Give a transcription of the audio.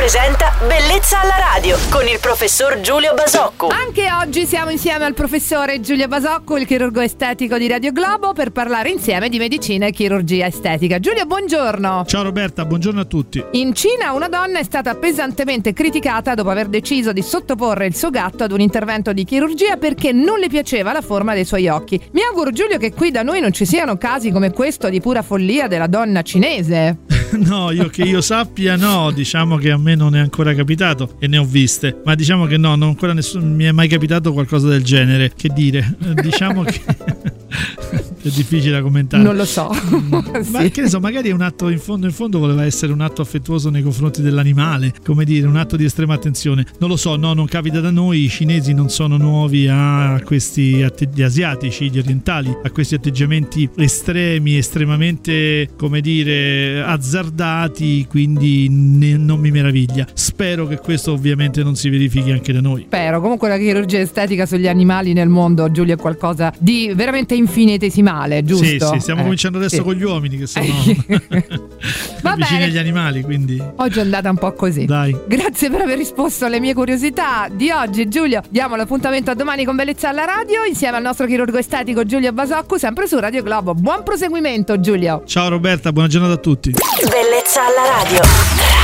presenta Bellezza alla radio con il professor Giulio Basocco. Anche oggi siamo insieme al professore Giulio Basocco, il chirurgo estetico di Radio Globo, per parlare insieme di medicina e chirurgia estetica. Giulio, buongiorno. Ciao Roberta, buongiorno a tutti. In Cina una donna è stata pesantemente criticata dopo aver deciso di sottoporre il suo gatto ad un intervento di chirurgia perché non le piaceva la forma dei suoi occhi. Mi auguro, Giulio, che qui da noi non ci siano casi come questo di pura follia della donna cinese. No, che io sappia no, diciamo che a me non è ancora capitato e ne ho viste, ma diciamo che no, non ancora mi è mai capitato qualcosa del genere. Che dire, diciamo che è difficile da commentare. Non lo so. Ma Sì. che ne so, magari è un atto in fondo voleva essere un atto affettuoso nei confronti dell'animale, come dire, un atto di estrema attenzione. Non lo so, no, non capita da noi. I cinesi non sono nuovi a questi gli asiatici, gli orientali, a questi atteggiamenti estremi, estremamente, come dire, azzardati, quindi non mi meraviglia. Spero che questo ovviamente non si verifichi anche da noi. Spero. Comunque la chirurgia estetica sugli animali nel mondo, Giulio, è qualcosa di veramente infinitesimale, giusto? Sì, stiamo cominciando adesso con gli uomini, che sono Va vicini bene. agli animali, quindi Oggi è andata un po' così. dai. Grazie per aver risposto alle mie curiosità di oggi, Giulio. Diamo l'appuntamento a domani con Bellezza alla radio insieme al nostro chirurgo estetico Giulio Basocco, sempre su Radio Globo. Buon proseguimento, Giulio. Ciao Roberta, buona giornata a tutti. Bellezza alla radio.